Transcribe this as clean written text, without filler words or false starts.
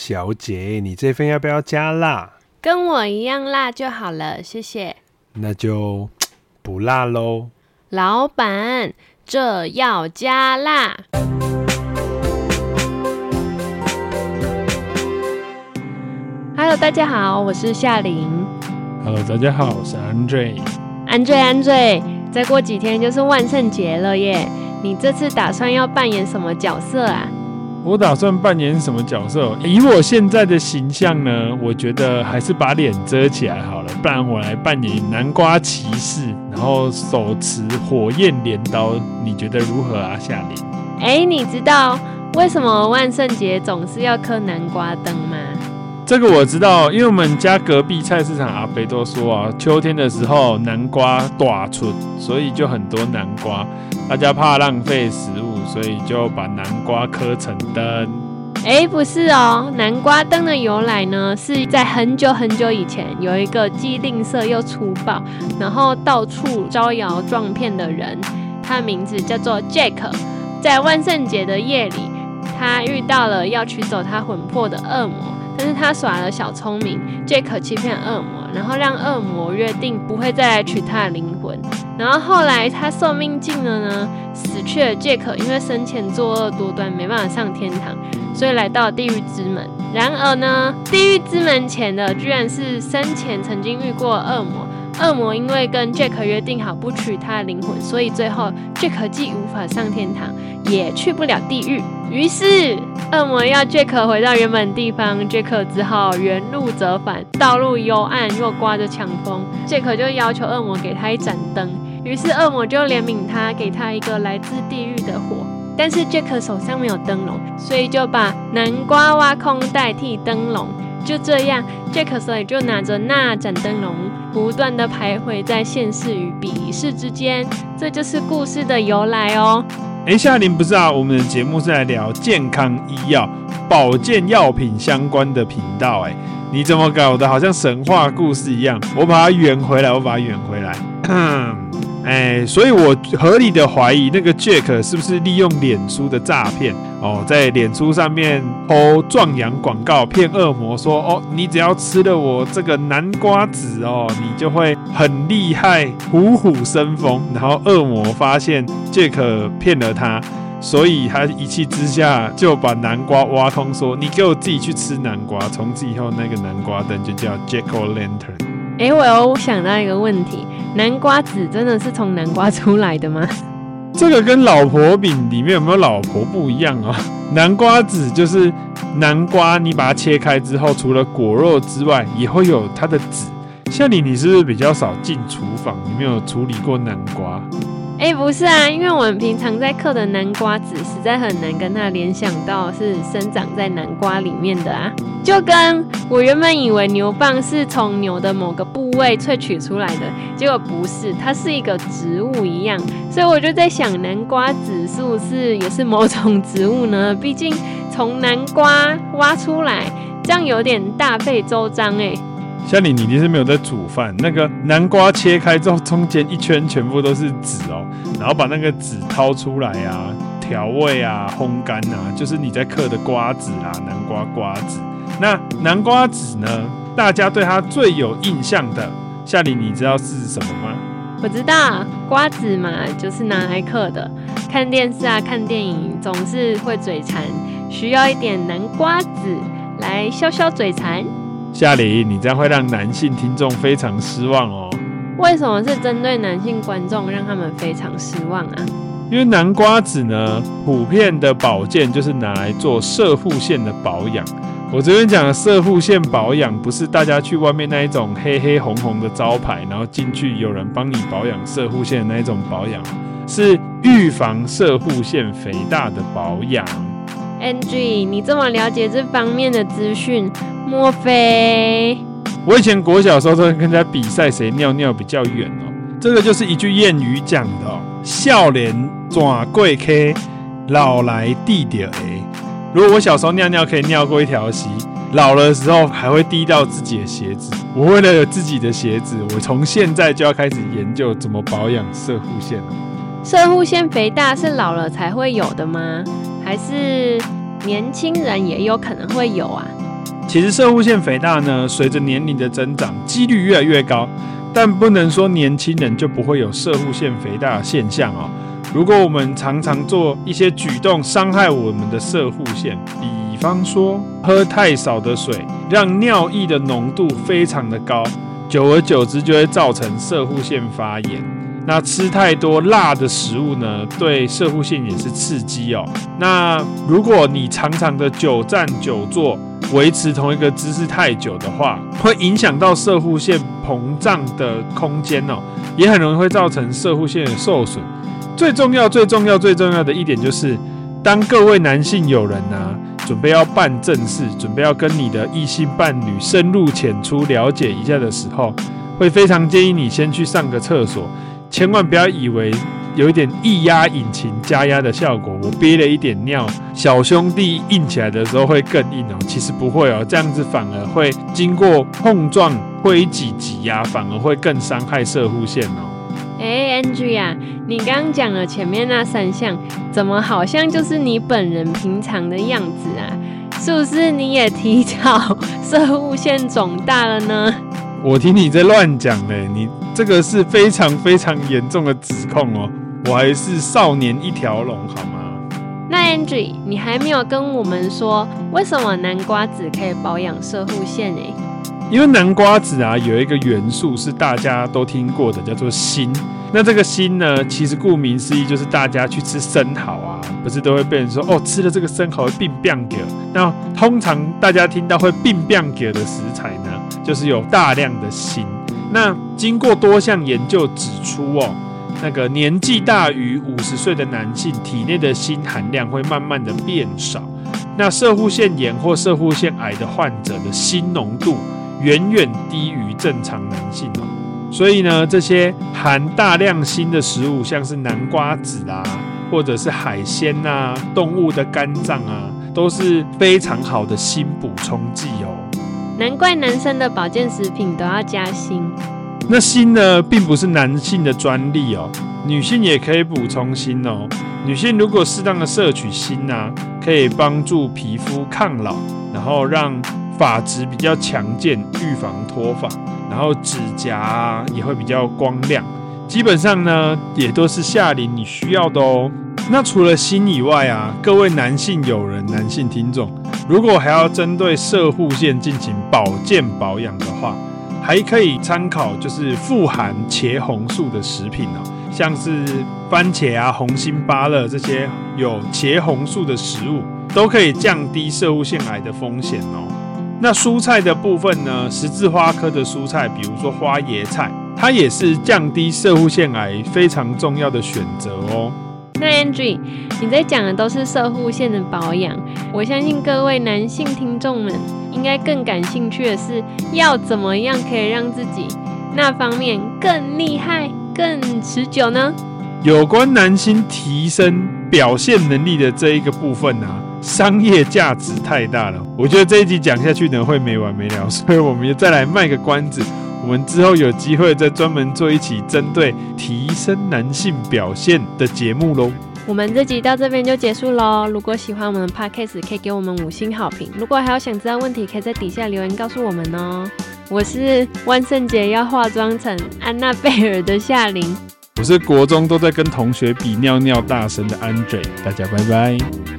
小姐，你这份要不要加辣？ 跟我一样辣就好了，谢谢。 那就不辣咯。 老板，这要加辣。Hello， 大家好，我是夏琳。 Hello， 大家好，我是Andre。 Andre， 再过几天就是万圣节了耶！你这次打算要扮演什么角色啊？ 我打算扮演什么角色？以我现在的形象呢，我觉得还是把脸遮起来好了，不然我来扮演南瓜骑士，然后手持火焰镰刀，你觉得如何啊，夏琳？ 你知道为什么万圣节总是要刻南瓜灯吗？ 这个我知道，因为我们家隔壁菜市场阿伯都说啊，秋天的时候南瓜大出，所以就很多南瓜，大家怕浪费食物，所以就把南瓜刻成灯。 不是哦，南瓜灯的由来呢，是在很久很久以前，有一个既吝啬又粗暴，然后到处招摇撞骗的人，他的名字叫做 Jack。在万圣节的夜里，他遇到了要取走他魂魄的恶魔。但是他耍了小聪明 ，Jack 欺骗恶魔，然后让恶魔约定不会再来取他的灵魂。然后后来他寿命尽了呢，死去的 Jack 因为生前作恶多端，没办法上天堂，所以来到地狱之门。然而呢，地狱之门前的居然是生前曾经遇过的恶魔。恶魔因为跟 Jack 约定好不取他的灵魂，所以最后 Jack 既无法上天堂，也去不了地狱。于是恶魔要 Jack 回到原本地方 ，Jack 只好原路折返。道路幽暗又刮着强风 ，Jack 就要求恶魔给他一盏灯。于是恶魔就怜悯他，给他一个来自地狱的火。但是 Jack 手上没有灯笼，所以就把南瓜挖空代替灯笼。就这样 ，Jack 所以就拿着那盏灯笼，不断的徘徊在现世与彼世之间。这就是故事的由来哦。 夏琳不是啊，我们的节目是来聊健康医药、保健药品相关的频道。你怎么搞的？好像神话故事一样。我把它圆回来。所以我合理的怀疑那个 Jack 是不是利用脸书的诈骗在脸书上面抛壮阳广告，骗恶魔说你只要吃了我这个南瓜籽你就会很厉害，虎虎生风。然后恶魔发现 Jack 骗了他，所以他一气之下就把南瓜挖空，说你给我自己去吃南瓜。从此以后那个南瓜灯就叫 Jack-o'-lantern。 我有想到一个问题，南瓜籽真的是从南瓜出来的吗？ 这个跟老婆饼里面有没有老婆不一样南瓜籽就是南瓜，你把它切开之后，除了果肉之外，也会有它的籽。像你是不是比较少进厨房？你没有处理过南瓜？ 不是啊，因为我们平常在嗑的南瓜籽实在很难跟它联想到是生长在南瓜里面的啊，就跟我原本以为牛蒡是从牛的某个部位萃取出来的，结果不是，它是一个植物一样，所以我就在想，南瓜籽是不是也是某种植物呢？毕竟从南瓜挖出来，这样有点大费周章像你一定是没有在煮饭，那个南瓜切开之后，中间一圈全部都是籽然后把那个籽掏出来啊，调味啊，烘干啊，就是你在嗑的瓜子啦，南瓜瓜子。那南瓜籽呢，大家对它最有印象的，夏琳你知道是什么吗？ 我知道，瓜子嘛，就是拿来嗑的。看电视啊，看电影总是会嘴馋，需要一点南瓜籽来消消嘴馋。 夏琳，你这样会让男性听众非常失望为什么是针对男性观众让他们非常失望啊？ 因为南瓜籽呢，普遍的保健就是拿来做射护线的保养。我这边讲的射护线保养，不是大家去外面那一种黑黑红红的招牌，然后进去有人帮你保养射护线的那一种保养，是预防射护线肥大的保养。 Angie， 你这么了解这方面的资讯，莫非？ 我以前国小的时候都跟人家比赛谁尿尿比较远这个就是一句谚语讲的少年转过溪，老来滴到下。如果我小时候尿尿可以尿过一条溪，老的时候还会滴到自己的鞋子。我为了有自己的鞋子，我从现在就要开始研究怎么保养射护线射护线肥大是老了才会有的吗？还是年轻人也有可能会有啊？ 其实攝護腺肥大呢，随着年龄的增长，几率越来越高，但不能说年轻人就不会有攝護腺肥大的现象哦。如果我们常常做一些举动伤害我们的攝護腺，比方说喝太少的水，让尿液的浓度非常的高，久而久之就会造成攝護腺发炎。那吃太多辣的食物呢，对攝護腺也是刺激哦。那如果你常常的久站久坐，维持同一个姿势太久的话，会影响到攝護腺膨胀的空间哦，也很容易会造成攝護腺的受损。最重要的一点就是，当各位男性友人准备要办正事，准备要跟你的异性伴侣深入浅出了解一下的时候，会非常建议你先去上个厕所。千万不要以为有一点液压引擎加压的效果，我憋了一点尿，小兄弟硬起来的时候会更硬哦。其实不会哦，这样子反而会经过碰撞挥挤挤压，反而会更伤害攝護腺哦。 Angie 啊，你刚刚讲了前面那3项，怎么好像就是你本人平常的样子啊？是不是你也提早攝護腺肿大了呢？ 我听你在乱讲嘞，你这个是非常非常严重的指控哦。我还是少年一条龙好吗？ 那 Angie， 你还没有跟我们说为什么南瓜子可以保养攝護腺欸？ 因为南瓜子有一个元素是大家都听过的，叫做锌。那这个锌呢，其实顾名思义就是大家去吃生蚝不是都会被人说吃了这个生蚝会病变给。那通常大家听到会病变给的食材呢，就是有大量的锌。那经过多项研究指出那个年纪大于50岁的男性体内的锌含量会慢慢的变少。那攝護腺炎或攝護腺癌的患者的锌浓度远远低于正常男性所以呢，这些含大量锌的食物，像是南瓜子或者是海鲜动物的肝脏都是非常好的锌补充剂难怪男生的保健食品都要加锌。 那锌呢，并不是男性的专利女性也可以补充锌女性如果适当的摄取锌可以帮助皮肤抗老，然后让发质比较强健，预防脱发，然后指甲也会比较光亮。基本上呢，也都是夏琳你需要的那除了锌以外各位男性友人、男性听众，如果还要针对攝護腺进行保健保养的话，还可以参考就是富含茄红素的食品像是番茄红心芭乐这些有茄红素的食物，都可以降低攝護腺癌的风险那蔬菜的部分呢，十字花科的蔬菜，比如说花椰菜，它也是降低攝護腺癌非常重要的选择那 Angie， 你在讲的都是攝護腺的保养，我相信各位男性听众们应该更感兴趣的是，要怎么样可以让自己那方面更厉害、更持久呢？ 有关男性提升表现能力的这一个部分商业价值太大了，我觉得这一集讲下去呢会没完没了，所以我们也再来卖个关子，我们之后有机会再专门做一期针对提升男性表现的节目咯。 我们这集到这边就结束咯。如果喜欢我们的 Podcast 可以给我们5星好评，如果还有想知道问题可以在底下留言告诉我们我是万圣节要化妆成安娜贝尔的夏琳， 我是国中都在跟同学比尿尿大声的 Andre， 大家拜拜。